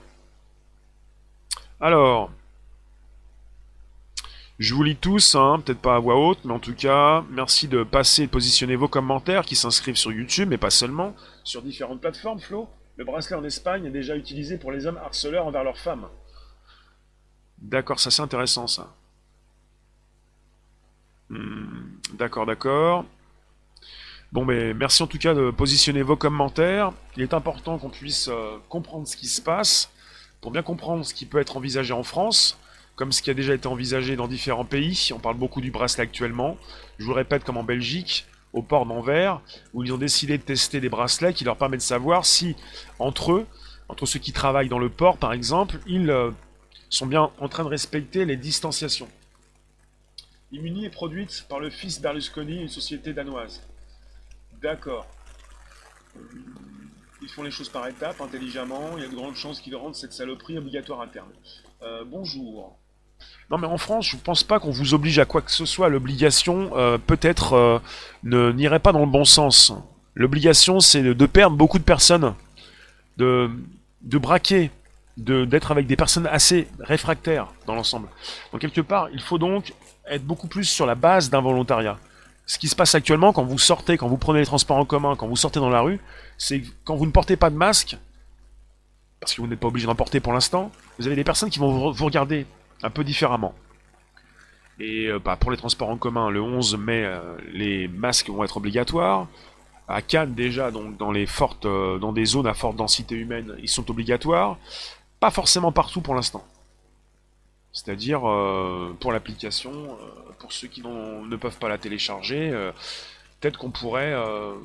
Alors, je vous lis tous, hein, peut-être pas à voix haute, mais en tout cas, merci de passer et de positionner vos commentaires qui s'inscrivent sur YouTube, mais pas seulement, sur différentes plateformes, Flo. Le bracelet en Espagne est déjà utilisé pour les hommes harceleurs envers leurs femmes. D'accord, ça c'est intéressant ça. Hmm, d'accord, d'accord. Bon, mais merci en tout cas de positionner vos commentaires. Il est important qu'on puisse euh, comprendre ce qui se passe, pour bien comprendre ce qui peut être envisagé en France, comme ce qui a déjà été envisagé dans différents pays. On parle beaucoup du bracelet actuellement. Je vous le répète, comme en Belgique, au port d'Anvers, où ils ont décidé de tester des bracelets qui leur permettent de savoir si, entre eux, entre ceux qui travaillent dans le port par exemple, ils euh, sont bien en train de respecter les distanciations. Immuni est produite par le fils Berlusconi, une société danoise. D'accord. Ils font les choses par étapes, intelligemment, il y a de grandes chances qu'ils rendent cette saloperie obligatoire à terme. Euh, bonjour. Non mais en France, je ne pense pas qu'on vous oblige à quoi que ce soit. L'obligation, euh, peut-être, euh, ne n'irait pas dans le bon sens. L'obligation, c'est de, de perdre beaucoup de personnes, de, de braquer, de, d'être avec des personnes assez réfractaires dans l'ensemble. Donc quelque part, il faut donc être beaucoup plus sur la base d'un volontariat. Ce qui se passe actuellement, quand vous sortez, quand vous prenez les transports en commun, quand vous sortez dans la rue, c'est quand vous ne portez pas de masque, parce que vous n'êtes pas obligé d'en porter pour l'instant, vous avez des personnes qui vont vous regarder un peu différemment. Et euh, bah, pour les transports en commun, le onze mai, euh, les masques vont être obligatoires. À Cannes déjà, donc dans les fortes, euh, dans des zones à forte densité humaine, ils sont obligatoires. Pas forcément partout pour l'instant. C'est-à-dire euh, pour l'application, euh, pour ceux qui ne peuvent pas la télécharger, euh, peut-être qu'on pourrait euh,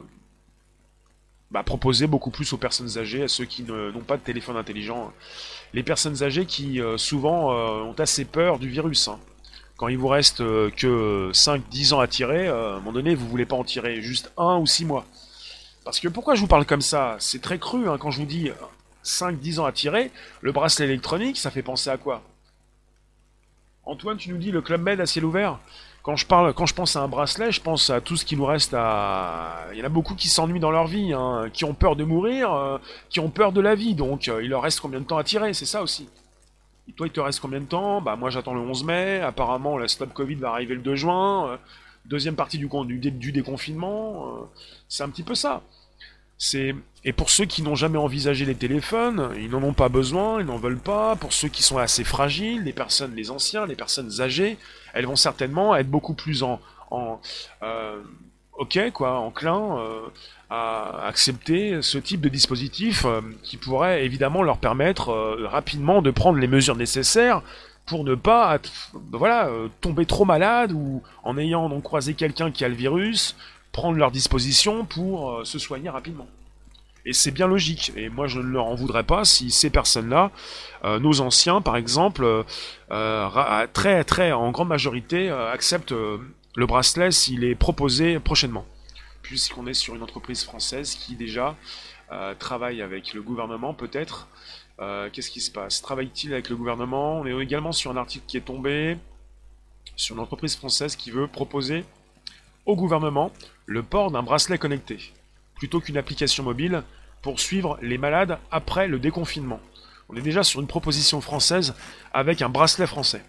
bah, proposer beaucoup plus aux personnes âgées, à ceux qui n'ont pas de téléphone intelligent. Les personnes âgées qui euh, souvent euh, ont assez peur du virus. Hein. Quand il vous reste euh, que cinq dix ans à tirer, euh, à un moment donné, vous voulez pas en tirer juste un ou six mois. Parce que pourquoi je vous parle comme ça? C'est très cru, hein, quand je vous dis cinq dix ans à tirer, le bracelet électronique, ça fait penser à quoi? Antoine, tu nous dis le Club Med à ciel ouvert? Quand je parle, quand je pense à un bracelet, je pense à tout ce qui nous reste à... Il y en a beaucoup qui s'ennuient dans leur vie, hein, qui ont peur de mourir, euh, qui ont peur de la vie, donc euh, il leur reste combien de temps à tirer, c'est ça aussi. Et toi, il te reste combien de temps? Bah moi j'attends le onze mai, apparemment la stop Covid va arriver le deux juin, euh, deuxième partie du, du, du déconfinement, euh, c'est un petit peu ça. C'est Et pour ceux qui n'ont jamais envisagé les téléphones, ils n'en ont pas besoin, ils n'en veulent pas. Pour ceux qui sont assez fragiles, les personnes, les anciens, les personnes âgées, elles vont certainement être beaucoup plus en, en euh, ok quoi, enclin euh, à accepter ce type de dispositif euh, qui pourrait évidemment leur permettre euh, rapidement de prendre les mesures nécessaires pour ne pas voilà euh, tomber trop malade ou en ayant donc croisé quelqu'un qui a le virus, prendre leurs dispositions pour euh, se soigner rapidement. Et c'est bien logique, et moi je ne leur en voudrais pas si ces personnes-là, euh, nos anciens par exemple, euh, euh, très très en grande majorité euh, acceptent euh, le bracelet s'il est proposé prochainement. Puisqu'on est sur une entreprise française qui déjà euh, travaille avec le gouvernement peut-être. Euh, Qu'est-ce qui se passe? Travaille-t-il avec le gouvernement? On est également sur un article qui est tombé sur une entreprise française qui veut proposer au gouvernement le port d'un bracelet connecté, plutôt qu'une application mobile, pour suivre les malades après le déconfinement. On est déjà sur une proposition française avec un bracelet français.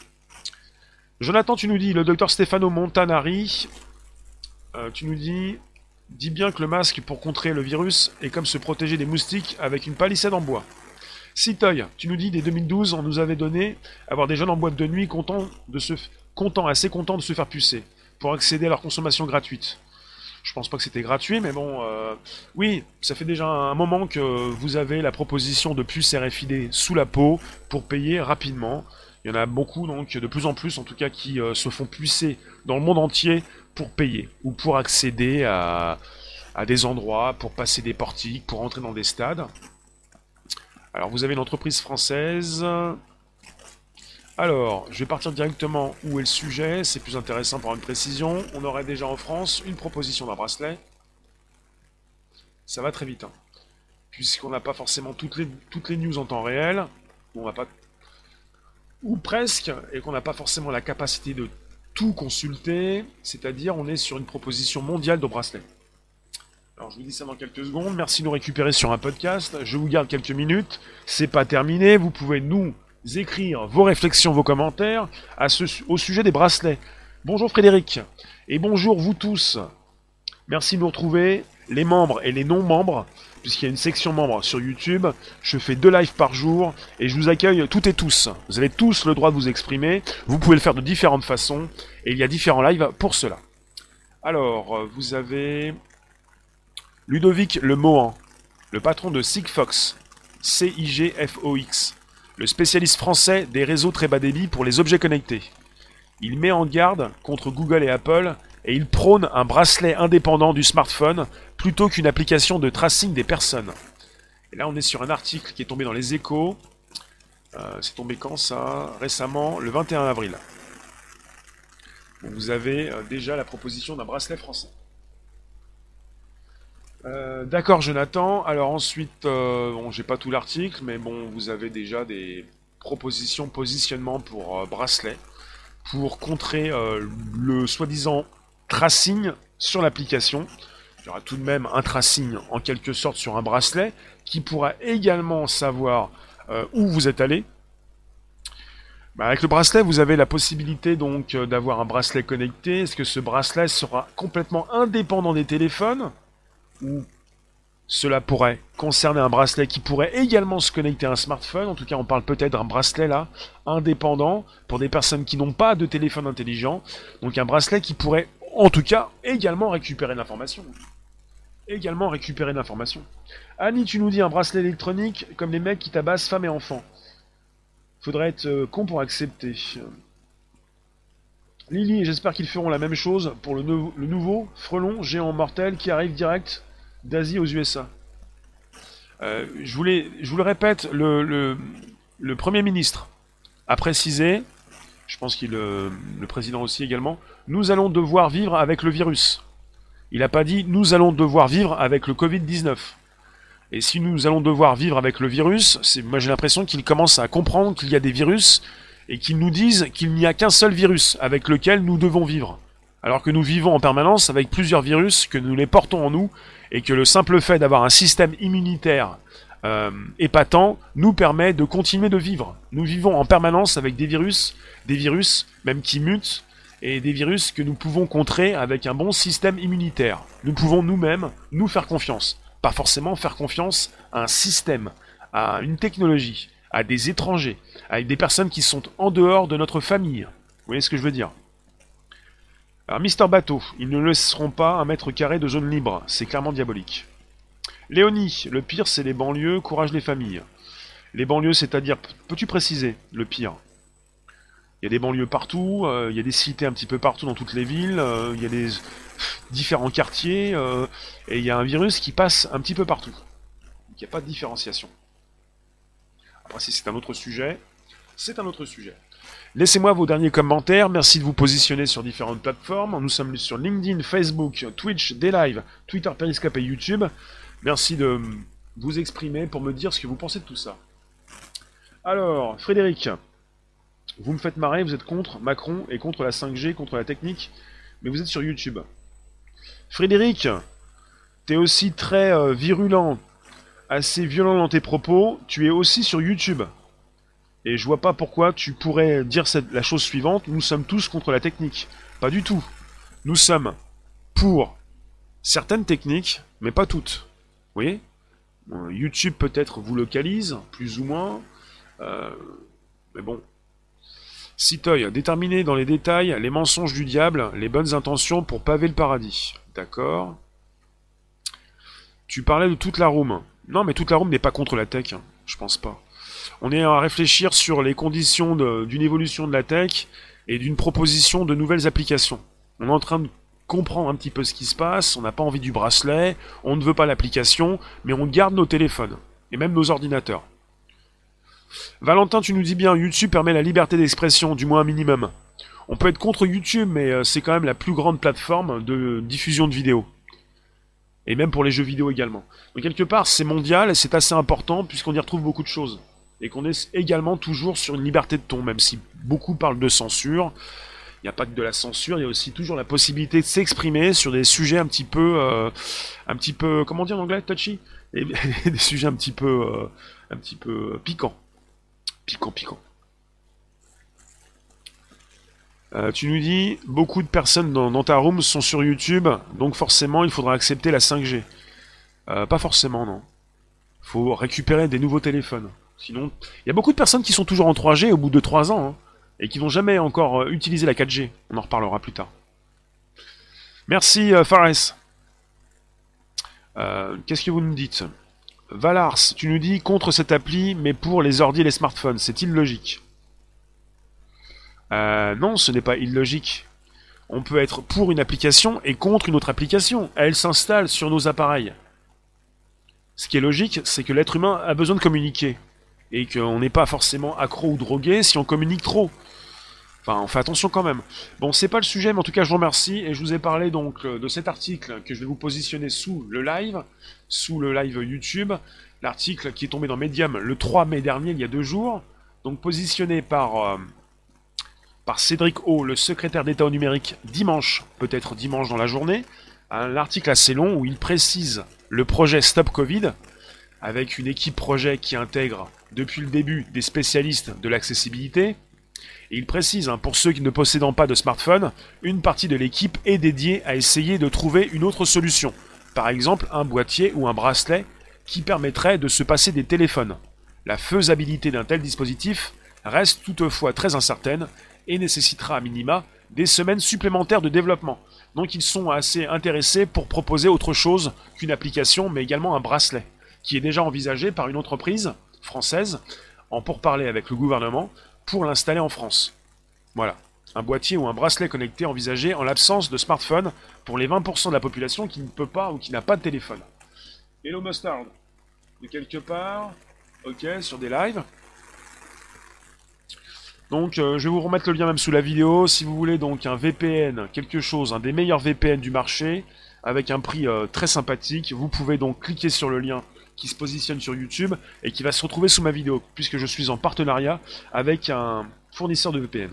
Jonathan, tu nous dis, le docteur Stefano Montanari, euh, tu nous dis, dis bien que le masque pour contrer le virus est comme se protéger des moustiques avec une palissade en bois. Citoy, tu nous dis, dès deux mille douze, on nous avait donné avoir des jeunes en boîte de nuit contents, de se, contents, assez contents de se faire pucer, pour accéder à leur consommation gratuite. Je pense pas que c'était gratuit, mais bon, euh, oui, ça fait déjà un moment que vous avez la proposition de puces R F I D sous la peau pour payer rapidement. Il y en a beaucoup, donc de plus en plus en tout cas, qui euh, se font pucer dans le monde entier pour payer, ou pour accéder à, à des endroits, pour passer des portiques, pour entrer dans des stades. Alors vous avez une entreprise française Alors, je vais partir directement où est le sujet, c'est plus intéressant pour une précision. On aurait déjà en France une proposition d'un bracelet. Ça va très vite, hein. Puisqu'on n'a pas forcément toutes les, toutes les news en temps réel, on va pas, ou presque, et qu'on n'a pas forcément la capacité de tout consulter, c'est-à-dire on est sur une proposition mondiale de bracelet. Alors je vous dis ça dans quelques secondes, merci de nous récupérer sur un podcast, je vous garde quelques minutes, c'est pas terminé, vous pouvez nous écrire vos réflexions, vos commentaires à ce, au sujet des bracelets. Bonjour Frédéric, et bonjour vous tous, merci de nous retrouver, les membres et les non-membres, puisqu'il y a une section membres sur YouTube, je fais deux lives par jour, et je vous accueille toutes et tous. Vous avez tous le droit de vous exprimer, vous pouvez le faire de différentes façons, et il y a différents lives pour cela. Alors, vous avez Ludovic Le Mohan, le patron de Sigfox, C I G F O X, le spécialiste français des réseaux très bas débit pour les objets connectés. Il met en garde contre Google et Apple, et il prône un bracelet indépendant du smartphone plutôt qu'une application de tracing des personnes. Et là, on est sur un article qui est tombé dans les Échos. Euh, c'est tombé quand ça? Récemment, le vingt et un avril. Donc, vous avez euh, déjà la proposition d'un bracelet français. Euh, D'accord, Jonathan. Alors ensuite, euh, bon, j'ai pas tout l'article, mais bon, vous avez déjà des propositions, positionnement pour euh, bracelet, pour contrer euh, le soi-disant tracing sur l'application. Il y aura tout de même un tracing en quelque sorte sur un bracelet qui pourra également savoir euh, où vous êtes allé. Bah, avec le bracelet, vous avez la possibilité donc euh, d'avoir un bracelet connecté. Est-ce que ce bracelet sera complètement indépendant des téléphones ou cela pourrait concerner un bracelet qui pourrait également se connecter à un smartphone? En tout cas, on parle peut-être d'un bracelet là, indépendant, pour des personnes qui n'ont pas de téléphone intelligent. Donc un bracelet qui pourrait, en tout cas, également récupérer l'information. Également récupérer l'information. Annie, tu nous dis un bracelet électronique comme les mecs qui tabassent femmes et enfants. Faudrait être euh, con pour accepter. Lily, j'espère qu'ils feront la même chose pour le, nou le nouveau frelon géant mortel qui arrive direct d'Asie aux U S A. Euh, je, voulais, je vous le répète, le, le, le Premier ministre a précisé, je pense qu'il le, le président aussi également, nous allons devoir vivre avec le virus. Il n'a pas dit nous allons devoir vivre avec le Covid dix-neuf. Et si nous allons devoir vivre avec le virus, c'est, moi j'ai l'impression qu'il commence à comprendre qu'il y a des virus et qu'ils nous disent qu'il n'y a qu'un seul virus avec lequel nous devons vivre. Alors que nous vivons en permanence avec plusieurs virus, que nous les portons en nous, et que le simple fait d'avoir un système immunitaire euh, épatant nous permet de continuer de vivre. Nous vivons en permanence avec des virus, des virus même qui mutent, et des virus que nous pouvons contrer avec un bon système immunitaire. Nous pouvons nous-mêmes nous faire confiance. Pas forcément faire confiance à un système, à une technologie, à des étrangers, à des personnes qui sont en dehors de notre famille. Vous voyez ce que je veux dire? Alors, Mister Bateau, ils ne laisseront pas un mètre carré de zone libre, c'est clairement diabolique. Léonie, le pire c'est les banlieues, courage les familles. Les banlieues, c'est-à-dire, peux-tu préciser le pire? Il y a des banlieues partout, euh, il y a des cités un petit peu partout dans toutes les villes, euh, il y a des différents quartiers, euh, et il y a un virus qui passe un petit peu partout. Il n'y a pas de différenciation. Après, si c'est un autre sujet, c'est un autre sujet. Laissez-moi vos derniers commentaires, merci de vous positionner sur différentes plateformes. Nous sommes sur LinkedIn, Facebook, Twitch, des lives, Twitter, Periscope et YouTube. Merci de vous exprimer pour me dire ce que vous pensez de tout ça. Alors, Frédéric, vous me faites marrer, vous êtes contre Macron et contre la cinq G, contre la technique, mais vous êtes sur YouTube. Frédéric, t'es aussi très euh, virulent, assez violent dans tes propos, tu es aussi sur YouTube. Et je vois pas pourquoi tu pourrais dire cette, la chose suivante, nous sommes tous contre la technique. Pas du tout. Nous sommes pour certaines techniques, mais pas toutes. Vous voyez? Bon, YouTube peut-être vous localise, plus ou moins. Euh, mais bon. Citoy, déterminer dans les détails les mensonges du diable, les bonnes intentions pour paver le paradis. D'accord. Tu parlais de toute la room. Non, mais toute la room n'est pas contre la tech, hein. Je pense pas. On est à réfléchir sur les conditions d'une évolution de la tech et d'une proposition de nouvelles applications. On est en train de comprendre un petit peu ce qui se passe, on n'a pas envie du bracelet, on ne veut pas l'application, mais on garde nos téléphones, et même nos ordinateurs. Valentin, tu nous dis bien, YouTube permet la liberté d'expression, du moins un minimum. On peut être contre YouTube, mais euh, c'est quand même la plus grande plateforme de diffusion de vidéos. Et même pour les jeux vidéo également. Donc quelque part, c'est mondial et c'est assez important puisqu'on y retrouve beaucoup de choses. Et qu'on est également toujours sur une liberté de ton, même si beaucoup parlent de censure. Il n'y a pas que de la censure, il y a aussi toujours la possibilité de s'exprimer sur des sujets un petit peu... Euh, un petit peu... Comment dire en anglais, touchy? Et, des sujets un petit peu... Euh, un petit peu piquants. Piquant, piquant. Euh, tu nous dis, beaucoup de personnes dans, dans ta room sont sur YouTube, donc forcément il faudra accepter la cinq G. Euh, pas forcément, non. Faut récupérer des nouveaux téléphones. Sinon, il y a beaucoup de personnes qui sont toujours en trois G au bout de trois ans, hein, et qui n'ont jamais encore euh, utilisé la quatre G. On en reparlera plus tard. Merci euh, Fares. Euh, Qu'est-ce que vous nous dites? Valars, tu nous dis contre cette appli, mais pour les ordi et les smartphones, c'est illogique. Euh, non, ce n'est pas illogique. On peut être pour une application et contre une autre application. Elle s'installe sur nos appareils. Ce qui est logique, c'est que l'être humain a besoin de communiquer. Et qu'on n'est pas forcément accro ou drogué si on communique trop. Enfin, on fait attention quand même. Bon, c'est pas le sujet, mais en tout cas, je vous remercie. Et je vous ai parlé donc de cet article que je vais vous positionner sous le live, sous le live YouTube. L'article qui est tombé dans Medium le trois mai dernier, il y a deux jours. Donc positionné par... Euh, par Cédric O, le secrétaire d'État au numérique, dimanche, peut-être dimanche dans la journée, un article assez long où il précise le projet Stop Covid, avec une équipe projet qui intègre depuis le début des spécialistes de l'accessibilité. Et il précise, hein, pour ceux qui ne possédant pas de smartphone, une partie de l'équipe est dédiée à essayer de trouver une autre solution. Par exemple, un boîtier ou un bracelet qui permettrait de se passer des téléphones. La faisabilité d'un tel dispositif reste toutefois très incertaine et nécessitera à minima des semaines supplémentaires de développement. Donc ils sont assez intéressés pour proposer autre chose qu'une application, mais également un bracelet, qui est déjà envisagé par une entreprise française, en pourparlers avec le gouvernement, pour l'installer en France. Voilà, un boîtier ou un bracelet connecté envisagé en l'absence de smartphone pour les vingt pour cent de la population qui ne peut pas ou qui n'a pas de téléphone. Hello Mustard, de quelque part, ok, sur des lives. Donc euh, je vais vous remettre le lien même sous la vidéo, si vous voulez donc un V P N, quelque chose, un des meilleurs V P N du marché, avec un prix euh, très sympathique, vous pouvez donc cliquer sur le lien qui se positionne sur YouTube et qui va se retrouver sous ma vidéo, puisque je suis en partenariat avec un fournisseur de V P N.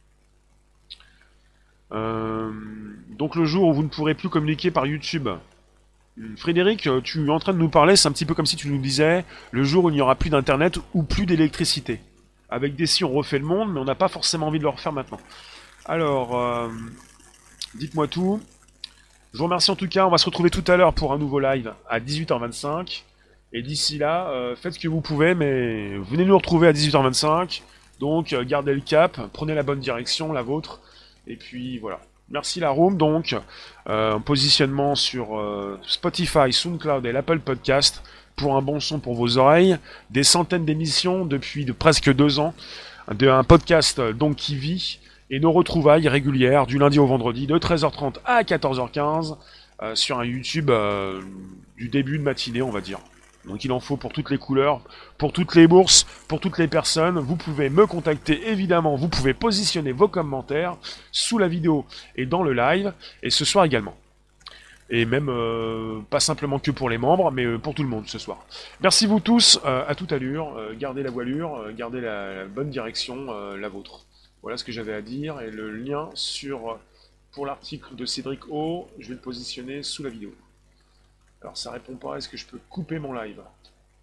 Euh, donc le jour où vous ne pourrez plus communiquer par YouTube, Frédéric, tu es en train de nous parler, c'est un petit peu comme si tu nous disais, le jour où il n'y aura plus d'internet ou plus d'électricité. Avec des si on refait le monde, mais on n'a pas forcément envie de le refaire maintenant. Alors, euh, dites-moi tout. Je vous remercie en tout cas, on va se retrouver tout à l'heure pour un nouveau live à dix-huit heures vingt-cinq. Et d'ici là, euh, faites ce que vous pouvez, mais venez nous retrouver à dix-huit heures vingt-cinq. Donc, euh, gardez le cap, prenez la bonne direction, la vôtre. Et puis, voilà. Merci la room, donc. Euh, positionnement sur euh, Spotify, SoundCloud et l'Apple Podcast. Pour un bon son pour vos oreilles, des centaines d'émissions depuis de presque deux ans, de, un podcast donc qui vit, et nos retrouvailles régulières du lundi au vendredi de treize heures trente à quatorze heures quinze euh, sur un YouTube euh, du début de matinée, on va dire. Donc il en faut pour toutes les couleurs, pour toutes les bourses, pour toutes les personnes. Vous pouvez me contacter évidemment, vous pouvez positionner vos commentaires sous la vidéo et dans le live, et ce soir également. Et même, euh, pas simplement que pour les membres, mais euh, pour tout le monde ce soir. Merci vous tous, euh, à toute allure, euh, gardez la voilure, euh, gardez la, la bonne direction, euh, la vôtre. Voilà ce que j'avais à dire, et le lien sur, pour l'article de Cédric O, je vais le positionner sous la vidéo. Alors ça répond pas, est-ce que je peux couper mon live?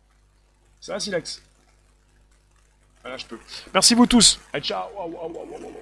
Ça va Silex? Voilà, je peux. Merci vous tous, et ciao.